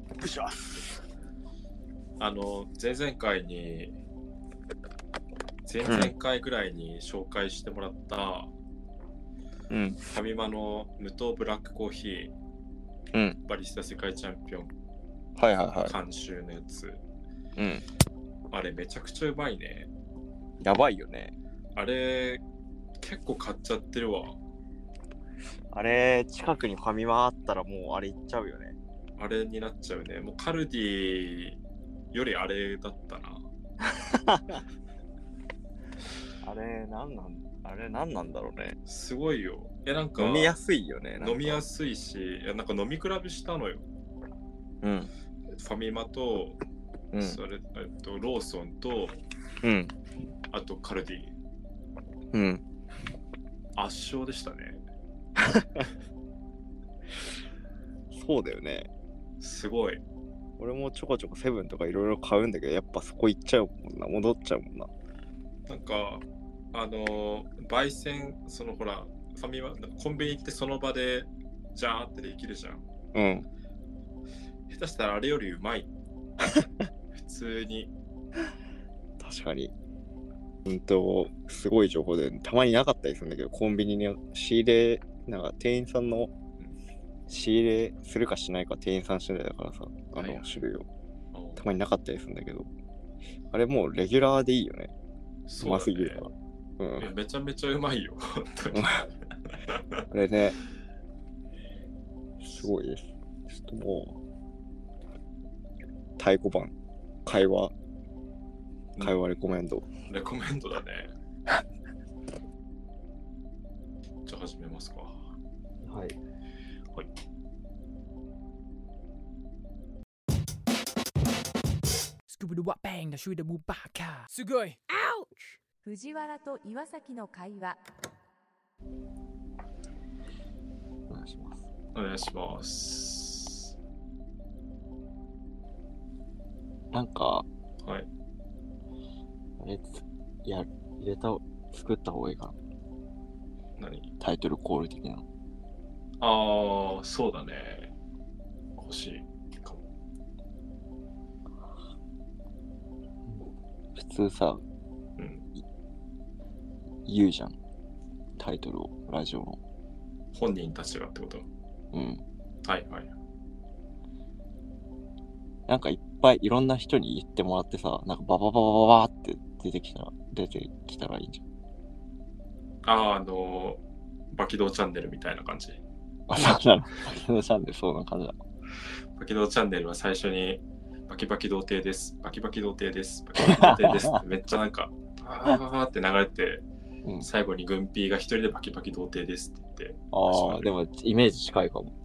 プシャス。 前々回ぐらいに紹介してもらった、ファミマの無糖ブラックコーヒー、バリスタ世界チャンピオン、監修のやつ、あれめちゃくちゃうまいね。 やばいよね。 あれ結構買っちゃってるわ。 あれ近くにファミマあったらもうあれいっちゃうよね。 あれになっちゃうね。もうカルディよりあれだったな。 あれなんなんだろうね。 すごいよ。なんか飲みやすいよね。 飲みやすいし、なんか飲み比べしたのよ。ファミマと、それローソンと、あとカルディ。圧勝でしたね。 そうだよね。すごい。俺もちょこちょこセブンとかいろいろ買うんだけど、やっぱそこ行っちゃうもんな。戻っちゃうもんな。 なんか焙煎、ほらファミマコンビニってその場でジャーってできるじゃん。下手したらあれよりうまい。普通に。確かに。 すごい情報で、たまになかったりするんだけど、コンビニに仕入れ、なんか店員さんの仕入れするかしないか店員さん次第だからさ、種類を。たまになかったりするんだけど、あれもうレギュラーでいいよね。うますぎるから。 めちゃめちゃうまいよ。本当に。 あれね、すごいです。ちょっともう、太鼓判、会話レコメンド。 レコメンドだね。じゃあ始めますか。 はい。 スクブルワバンダシューダムバカすごい。 藤原と岩崎の会話。 お願いします。 お願いします。 なんか、 はい。 あれ作った方がいいかな。 何？ タイトルコール的な。 そうだね。欲しいかも。 普通さ、言うじゃん。タイトルを、ラジオの。 本人たちがってこと？はいはい。 なんかいっぱいいろんな人に言ってもらってさ、なんかババババババって出てきたらいいんじゃん。 バキドーチャンネルみたいな感じ。 そうなの。バキドーチャンネルそうな感じだ。 バキドーチャンネルは最初にバキバキ童貞です。バキバキ童貞です。バキバキ童貞ですってめっちゃなんかあーって流れて、最後にグンピーが一人でバキバキ童貞ですって言って。 でもイメージ近いかも。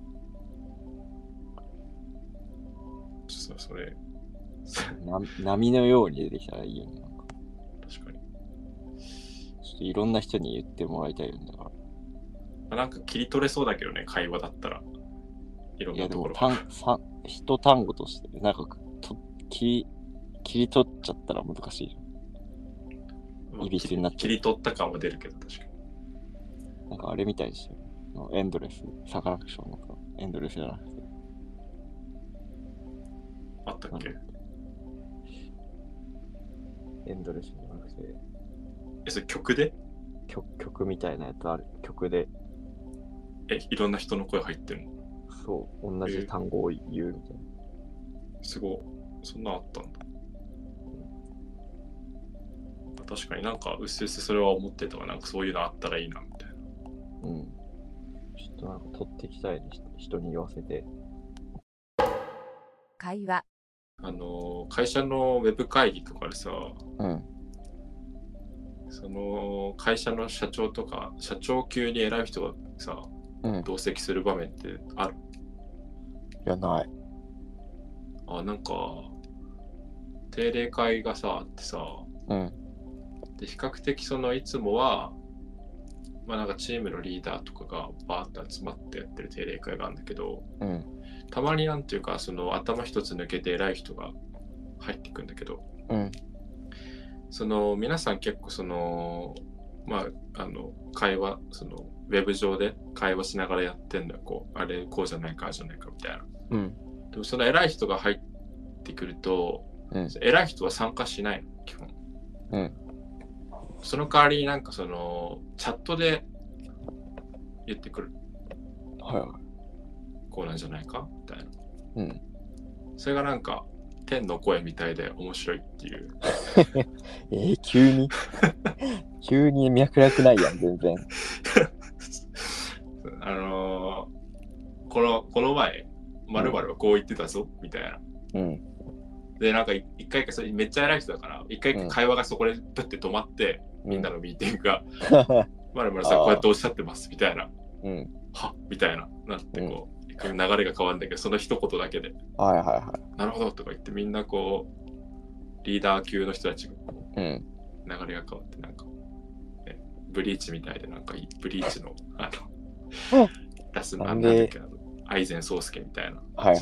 それ波のように出てきたらいいよね。なんか確かに。 ちょっといろんな人に言ってもらいたいよね。だから。 なんか切り取れそうだけどね、会話だったら。いろんなところ。 一単語として、なんか切り取っちゃったら難しいじゃん。いびつになっちゃう。 切り取った感は出るけど、確かに。 なんかあれみたいでしたよ。エンドレス、サカナクションのエンドレスじゃなくて。 あったっけ？ エンドレスじゃなくて。 それ曲で？ 曲みたいなやつある。曲で。 いろんな人の声入ってるの？ そう、同じ単語を言うみたいな。 すごい。そんなあったんだ。確かになんかうすうすそれは思ってたわ。なんかそういうのあったらいいなみたいな。 ちょっとなんか取っていきたいね、人に言わせて。 会話。 会社のウェブ会議とかでさ、その会社の社長とか社長級に偉い人がさ、同席する場面ってある？ いや、ない。 なんか定例会がさあってさ、で比較的いつもはなんかチームのリーダーとかがバーッと集まってやってる定例会があるんだけど、たまになんていうか頭一つ抜けて偉い人が入ってくんだけど、皆さん結構会話ウェブ上で会話しながらやってんだよ。あれこうじゃないかああじゃないかみたいな。 でもその偉い人が入ってくると、偉い人は参加しないの、基本。その代わりになんかその、チャットで言ってくる。こうなんじゃないかみたいな。それがなんか、天の声みたいで面白いっていう。 急に脈絡ないやん、全然。 この前、〇〇はこう言ってたぞ、みたいな。で、なんか一回それめっちゃ偉い人だから、一回会話がそこでプッて止まって、みんなのミーティングが、〇〇さんこうやっておっしゃってます、みたいな。はみたいな、なってこう、流れが変わるんだけど、その一言だけで。なるほどとか言って、みんなこう、リーダー級の人たちが、流れが変わって、なんか、ブリーチみたいで、なんかブリーチの、出すなんだっけ、愛禅宗介みたいな。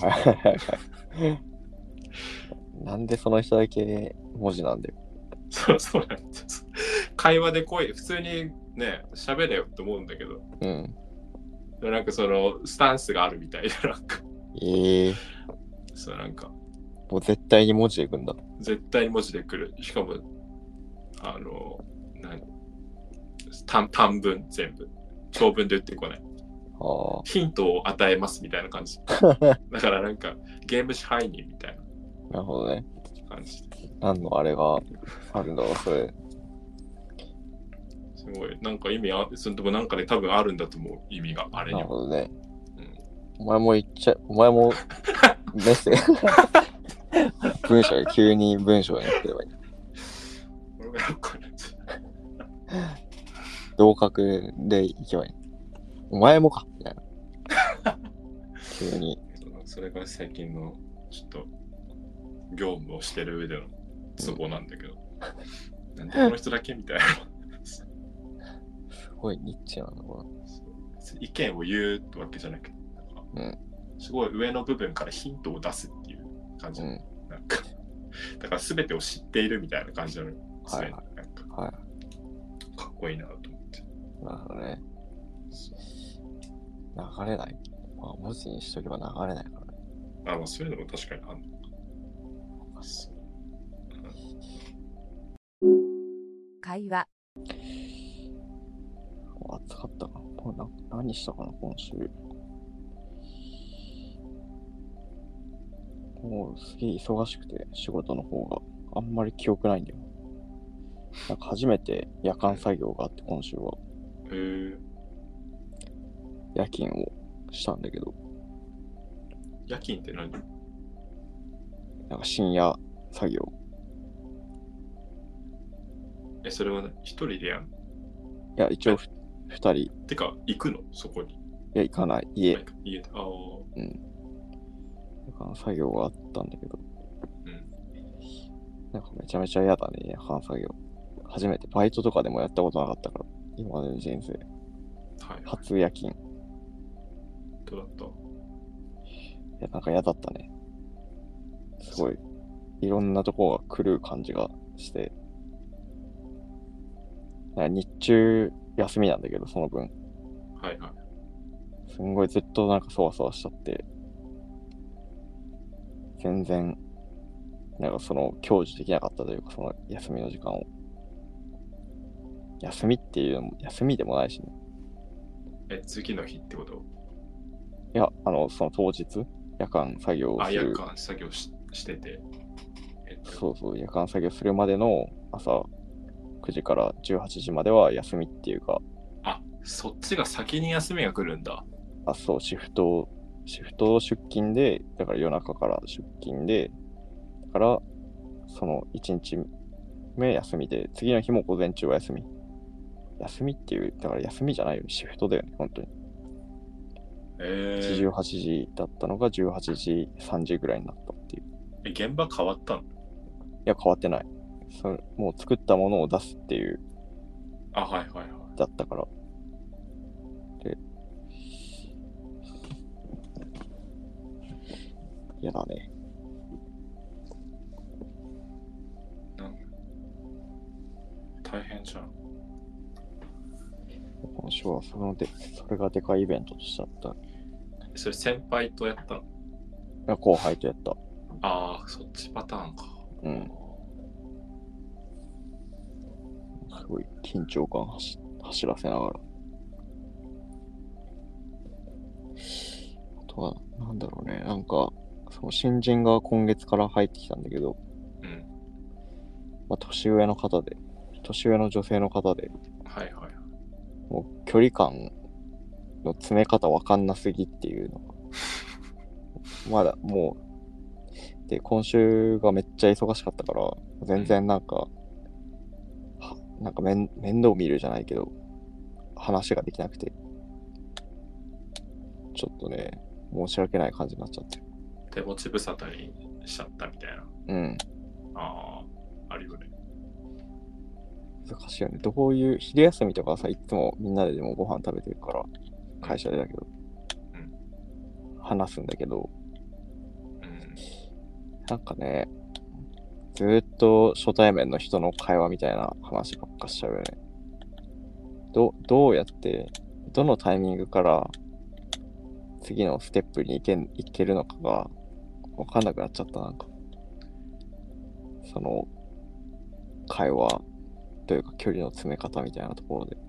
なんでその人だけ文字なんだよ。 そうなんです。会話で声、普通にね、喋れよって思うんだけど。なんかそのスタンスがあるみたいで、なんか。そうなんか。 もう絶対に文字でくんだ。 絶対に文字で来る。しかも、単文全部。長文で言ってこない。ヒントを与えますみたいな感じ。だからなんかゲーム支配人みたいな。 なるほどね。 感じ。 何のあれがあるんだろう、それ。 すごい。なんか意味そのとこなんかで多分あるんだと思う。意味があれには。 なるほどね。お前もメッセージ。文章が急に文章になってればいい。 俺がよくわかんない。 同格でいけばいい。お前もかみたいな。急に。 それが最近のちょっと業務をしてる上でのツボなんだけど。なんでこの人だけみたいな。 すごいニッチなのかな。 意見を言うってわけじゃなくて、すごい上の部分からヒントを出すっていう感じ。なんかだから全てを知っているみたいな感じなのよ。かっこいいなと思って。 なるほどね。流れない。まあ、文字にしとけば流れないからね。 まあ、そういうのも確かにあるのか。 会話。 暑かったな。何したかな、今週。もうすげえ忙しくて、仕事の方が。あんまり記憶ないんだよ。なんか初めて夜間作業があって、今週は。夜勤をしたんだけど。 夜勤って何？ なんか深夜作業。 それはね、一人でやん？いや、一応二人。 てか、行くのそこに？ いや、行かない。家で。夜間作業があったんだけど。なんかめちゃめちゃ嫌だね、夜間作業。初めてバイトとかでもやったことなかったから、今までの人生。初夜勤。 どうだった？ いや、なんか嫌だったね。すごい、いろんなとこが狂う感じがして。日中休みなんだけど、その分。すんごいずっとなんかそわそわしちゃって。全然、なんかその享受できなかったというか、その休みの時間を。休みっていうのも、休みでもないしね。 次の日ってこと？ いや、その当日、夜間作業をする。 夜間作業してて。 そうそう、夜間作業するまでの朝9時から18時までは休みっていうか。 そっちが先に休みが来るんだ。 そう、シフト出勤で、だから夜中から出勤で、だから、その1日目休みで、次の日も午前中は休み。休みっていう、だから休みじゃないよね、シフトだよね、本当に。18時だったのが18時、3時ぐらいになったっていう。 現場変わったの？いや、変わってない。もう作ったものを出すっていう。だったから。で、嫌だね。 大変じゃん。 今週はそれがでかいイベントとしてあった。 それ先輩とやったの？ や、後輩とやった。 ああ、そっちパターンか。 うん。すごい緊張感走らせながら。あとは、なんだろうね。なんか、その新人が今月から入ってきたんだけど、 うん。 まあ、年上の女性の方で、 はいはい。 もう距離感の詰め方わかんなすぎっていうのが、まだもう、で、今週がめっちゃ忙しかったから、全然なんか、なんか面倒見るじゃないけど、話ができなくて、ちょっとね、申し訳ない感じになっちゃってる。 手持ち無沙汰にしちゃったみたいな。 うん。 ああ、あるよね。 難しいよね。どういう、昼休みとかさ、いつもみんなででもご飯食べてるから、会社でだけど、話すんだけど、なんかね、ずーっと初対面の人の会話みたいな話ばっかしちゃうよね。どうやって、どのタイミングから次のステップに行けるのかが分かんなくなっちゃった。なんかその会話というか距離の詰め方みたいなところで。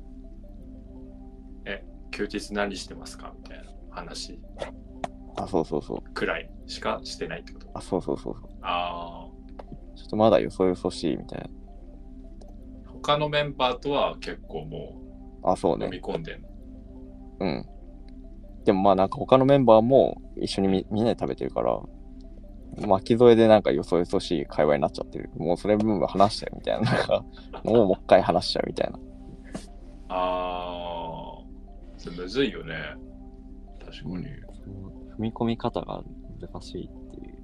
休日何してますかみたいな話。 あ、そうそうそう。 くらいしかしてないってこと。 あ、そうそうそう。 ああ。 ちょっとまだよそよそしいみたいな。 他のメンバーとは結構もうそうね。 飲み込んでんの。 うん。でもまあなんか他のメンバーも一緒にみんなで食べてるから、巻き添えでなんかよそよそしい会話になっちゃってる。もうそれ分話したよみたいな。なんかもう一回話しちゃうみたいな。 ああ。それむずいよね。確かに。 踏み込み方が難しいっていう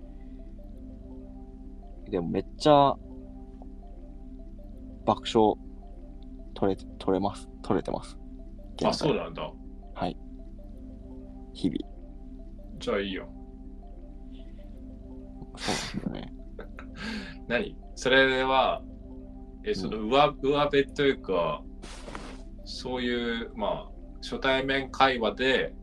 。でもめっちゃ爆笑取れてます。 あ、そうなんだ。 はい。日々。 じゃあいいよ。 そうなんですよね。 何それは、その上辺というか、そういう、まあ、初対面会話で、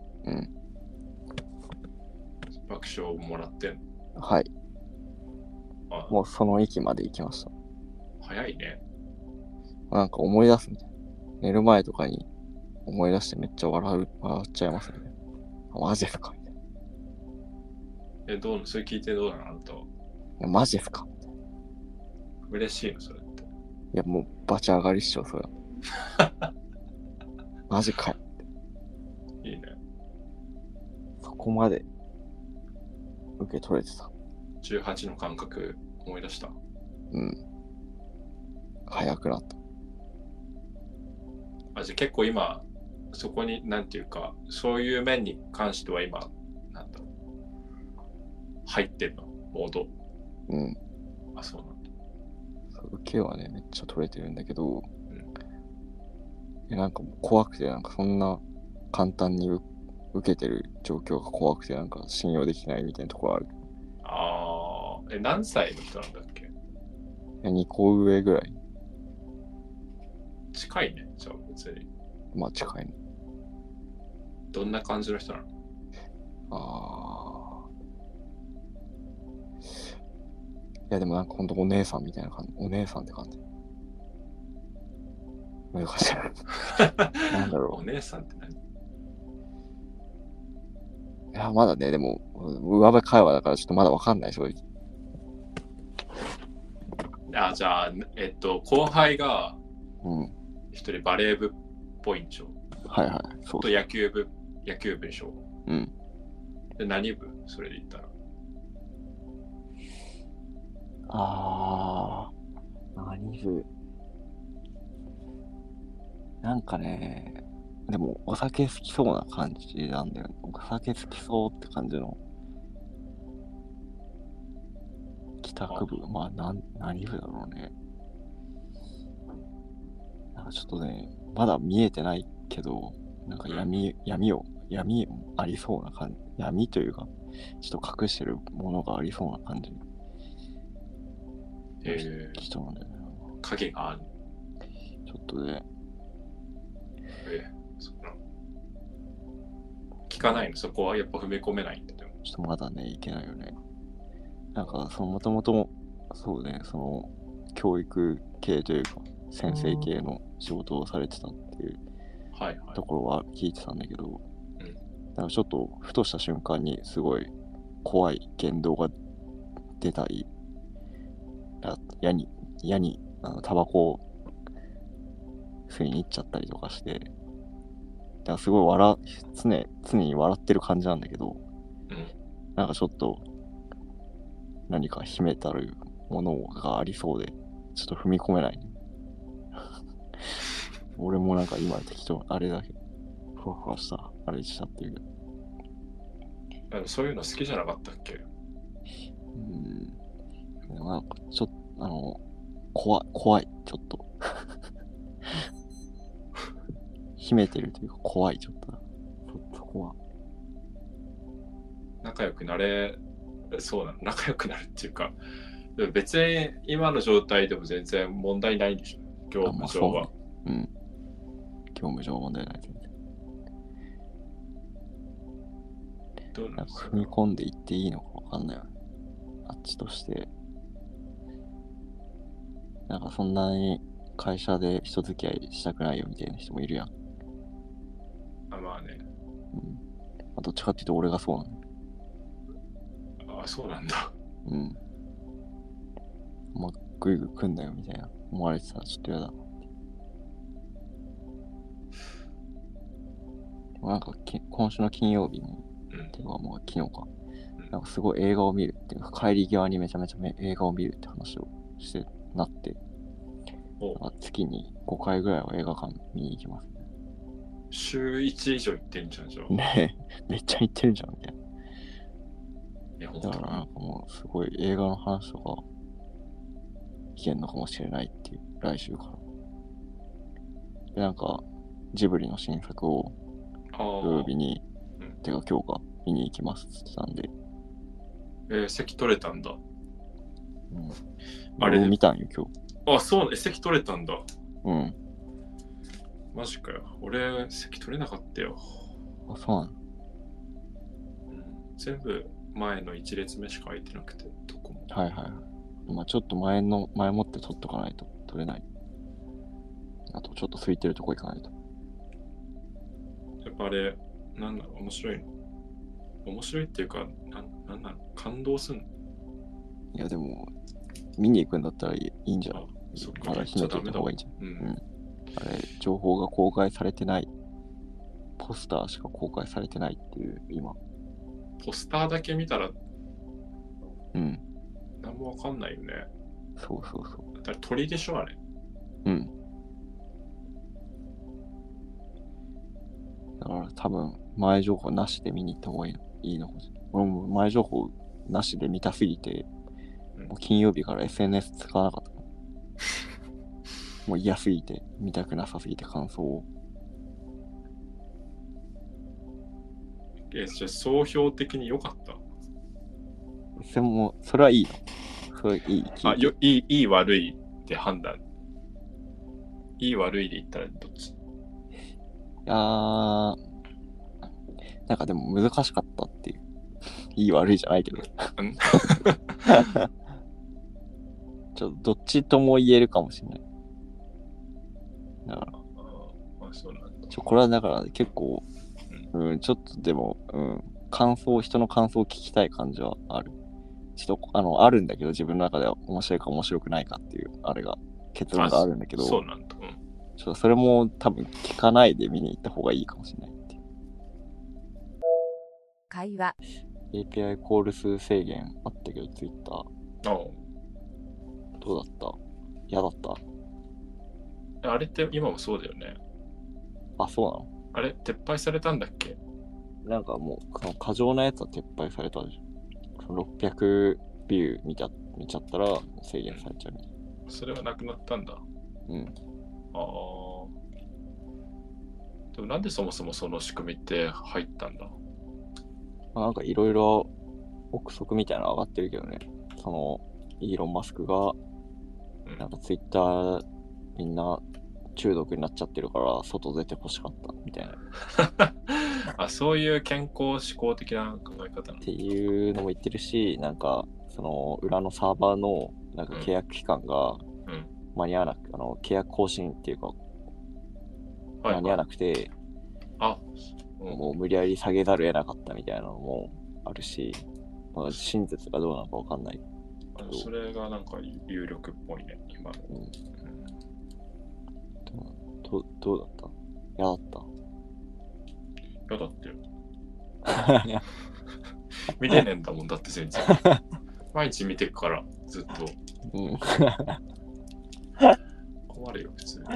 爆笑をもらってんの？ はい。もうその域まで行きました。 早いね。 なんか思い出すみたいな。寝る前とかに思い出してめっちゃ笑っちゃいますね。マジですかみたいな。 それ聞いてどうなのあんたは。 マジですか嬉しいのそれって。 いやもうバチ上がりっしょ、それは。マジかよ。 いいね。 そこまで受け取れてた。 18の感覚思い出した。 うん。早くなった。 じゃあ結構今、そこに、なんていうか、そういう面に関しては今、なんだろう。入ってんのモード。 うん。 あ、そうなんだ。 受けはね、めっちゃ取れてるんだけど、なんかもう怖くて、なんかそんな簡単に受けてる状況が怖くて、なんか信用できないみたいなところある。 何歳の人なんだっけ ？2個上ぐらい。 近いね、じゃあ別に。 まあ近いね。 どんな感じの人なの？ いやでもなんかほんとお姉さんみたいな感じ。お姉さんって感じ。難しい。なんだろう。お姉さんって何？いや、まだね、でも、上辺会話だからちょっとまだわかんない、正直。 じゃあ、後輩が、一人バレー部っぽいんでしょ？ はいはい。 そう。と野球部でしょ？ うん。 で、何部？それで言ったら。 何部？なんかね、でもお酒好きそうな感じなんだよね。お酒好きそうって感じの。帰宅部、まあ何部だろうね。なんかちょっとね、まだ見えてないけど、なんか闇ありそうな感じ。闇というか、ちょっと隠してるものがありそうな感じ。人なんだよね。 影がある。 ちょっとね。 聞かないの？そこはやっぱ踏み込めないんだよ。 ちょっとまだね、いけないよね。なんか、もともと、そうね、教育系というか、先生系の仕事をされてたっていうところは聞いてたんだけど、なんかちょっと、ふとした瞬間にすごい怖い言動が出たり、嫌にタバコを吸いに行っちゃったりとかして、だからすごい常に笑ってる感じなんだけど、なんかちょっと何か秘めたるものがありそうで、ちょっと踏み込めない。俺もなんか今適当あれだけど、ふわふわしたあれしちゃってるけど。 そういうの好きじゃなかったっけ？ なんかちょっと怖いちょっと秘めてるというか怖いちょっと怖い。 仲良くなるっていうか、別に今の状態でも全然問題ないんでしょ、業務上は。 業務上問題ない全然。 どうなんですか？ 踏み込んでいっていいのかわかんないよね。あっちとして。なんかそんなに会社で人付き合いしたくないよみたいな人もいるやん。 まあね。 どっちかっていうと俺がそうなの。 そうなんだ。 グイグイ来んだよみたいな思われてたらちょっと嫌だなって。なんか今週の金曜日に、っていうかもう昨日か、なんかすごい映画を見るっていうか、帰り際にめちゃめちゃ映画を見るって話をしてなって、月に5回ぐらいは映画館見に行きますね。 週1以上行ってんじゃん、じゃあ。 ねえ、めっちゃ行ってるじゃんみたいな。 だからなんかもうすごい映画の話とか聞けんのかもしれないっていう、来週から。で、なんかジブリの新作を土曜日に、てか今日か見に行きますって言ってたんで。 席取れたんだ。 あれ見たんよ今日。 そうね、席取れたんだ。マジかよ。俺席取れなかったよ。 そうなの？ 全部前の1列目しか空いてなくて、どこも。 はいはい。まあちょっと前もって取っとかないと取れない。あとちょっと空いてるとこ行かないと。 やっぱあれ、なんだろう、面白いの？面白いっていうか、なんだろう、感動すんの？ いやでも、見に行くんだったらいいんじゃない？ そっか、 まだ秘めておいた方がいいんじゃん。あれ、情報が公開されてない。ポスターしか公開されてないっていう、今。 ポスターだけ見たら、何もわかんないよね。 そう。 だから鳥でしょ、あれ。 だから多分、前情報なしで見に行った方がいいのかもしれない。俺も前情報なしで見たすぎて、もう金曜日から SNS 使わなかった。もう嫌すぎて、見たくなさすぎて感想を。 じゃあ総評的に良かった？ それはいいの？それいい？ いい悪いって判断。いい悪いで言ったらどっち？ なんかでも難しかったっていう。いい悪いじゃないけど。ちょっとどっちとも言えるかもしれない。だから。 そうなんだ。 これはだから結構、ちょっとでも、人の感想を聞きたい感じはある。あるんだけど、自分の中では面白いか面白くないかっていう、結論があるんだけど、 そうなんだ。 ちょっとそれも多分聞かないで見に行った方がいいかもしれないっていう。 会話 API コール数制限あったけど、Twitter。どうだった？嫌だった？ あれって今もそうだよね。 そうなの？ あれ撤廃されたんだっけ？ なんかもう過剰なやつは撤廃されたでしょ。600ビュー見ちゃったら制限されちゃうみたいな。 それはなくなったんだ。でもなんでそもそもその仕組みって入ったんだ？ なんかいろいろ憶測みたいなの上がってるけどね。イーロン・マスクがなんかツイッターみんな中毒になっちゃってるから外出てほしかったみたいなあ、そういう健康志向的な考え方なのっていうのも言ってるし、なんかその裏のサーバーのなんか契約期間が間に合わなく、契約更新っていうか間に合わなくて、もう無理やり下げざるを得なかったみたいなのもあるし、まあ、真実がどうなのかわかんないけど。 それがなんか有力っぽいね、今の。 どうだった？嫌だった？ 嫌だってよ。見てねえんだもん、だって全然。毎日見てくから、ずっと。困るよ、普通に。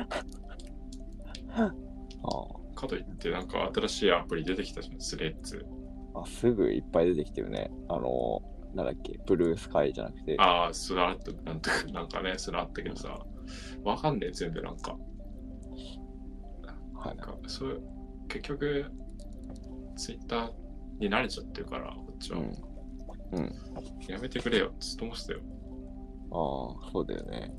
かといって、なんか新しいアプリ出てきたじゃん、スレッズ。 すぐいっぱい出てきてるね。なんだっけ、ブルースカイじゃなくて。 それあった、なんかね、それあったけどさ、わかんねえ、全部なんか。なんか、結局、ツイッターに慣れちゃってるから、こっちは。やめてくれよ、ずっと思ってたよ。 そうだよね。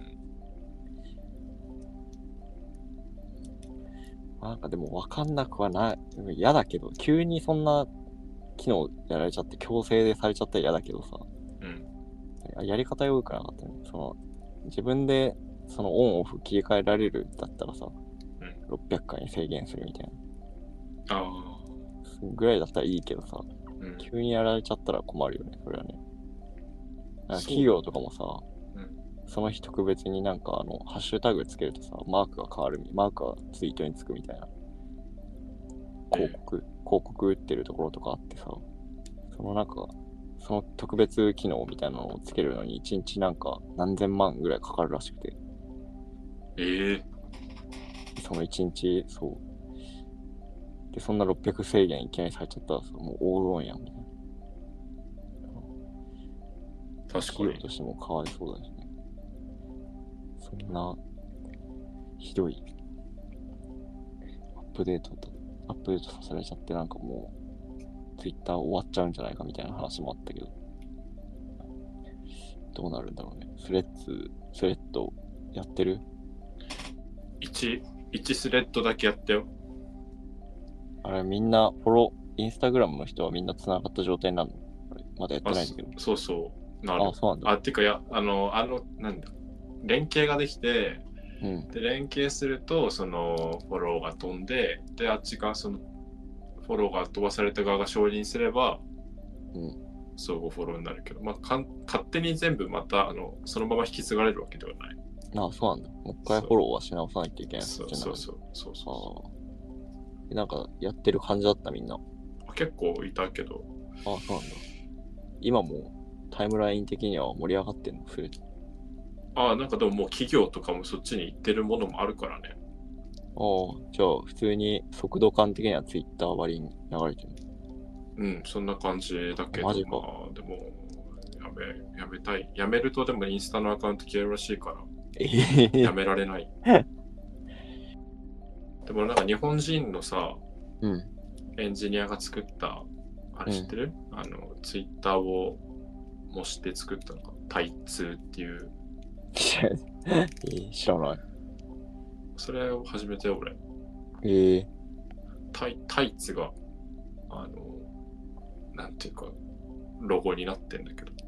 なんかでも分かんなくはない。嫌だけど、急にそんな機能やられちゃって、強制でされちゃったら嫌だけどさ。やり方よくなかったね。自分でそのオンオフ切り替えられるだったらさ、600回に制限するみたいな。ぐらいだったらいいけどさ、急にやられちゃったら困るよね、それはね。企業とかもさ、その日特別になんかハッシュタグつけるとさ、マークが変わる、マークがツイートにつくみたいな広告打ってるところとかあってさ、その特別機能みたいなのをつけるのに1日なんか何千万ぐらいかかるらしくて。その1日、そう。で、そんな600制限いきなりされちゃったらさ、もう大損やんみたいな。 確かに。 企業としてもかわいそうだしね。そんな、ひどいアップデートさせられちゃって、なんかもう、ツイッター終わっちゃうんじゃないかみたいな話もあったけど、どうなるんだろうね。スレッドやってる ？1スレッドだけやったよ。 あれ、みんなインスタグラムの人はみんな繋がった状態になるの？まだやってないんだけど。 そうそう。なる。 そうなんだ。 てか、なんだ。連携ができて、で、連携すると、そのフォローが飛んで、で、あっちがそのフォローが飛ばされた側が承認すれば、相互フォローになるけど、勝手に全部また、そのまま引き継がれるわけではない。 そうなんだ。もう一回フォローはし直さないといけない。 そう。 なんかやってる感じだったみんな。 結構いたけど。 そうなんだ。今もタイムライン的には盛り上がってんの？それ。 なんかでももう企業とかもそっちに行ってるものもあるからね。 じゃあ普通に速度感的にはツイッター割りに流れてる。 そんな感じだけど。 マジか。 でも、やめたい。やめるとでもインスタのアカウント消えるらしいから。やめられない。でもなんか日本人のさ、エンジニアが作った、あれ知ってる？ツイッターを模して作ったのが、タイツーっていう。 知らない。 それを始めて俺。タイツが、なんていうか、ロゴになってんだけど。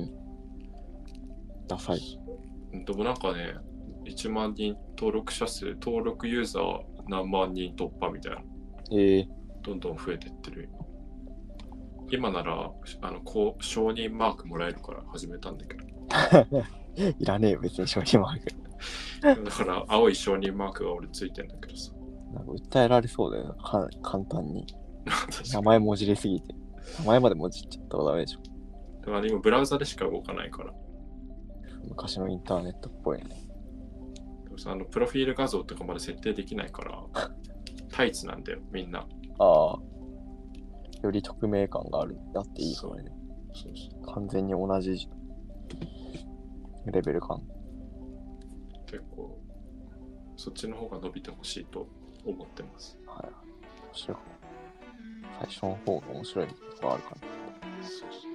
ダサい。 でもなんかね、1万人登録ユーザー何万人突破みたいな。どんどん増えてってる。今なら、承認マークもらえるから始めたんだけど。 いらねえよ、別に承認マーク。 だから、青い承認マークが俺ついてんだけどさ。 なんか訴えられそうだよな、簡単に。名前もじりすぎて。名前までもじっちゃったらダメでしょ。 でも今ブラウザでしか動かないから。 昔のインターネットっぽいね。 でもさ、プロフィール画像とかまで設定できないから、タイツなんだよ、みんな。 より匿名感がある。だっていいそれね。完全に同じレベル感。 結構、そっちの方が伸びてほしいと思ってます。 面白い。最初の方が面白いところあるから。 そう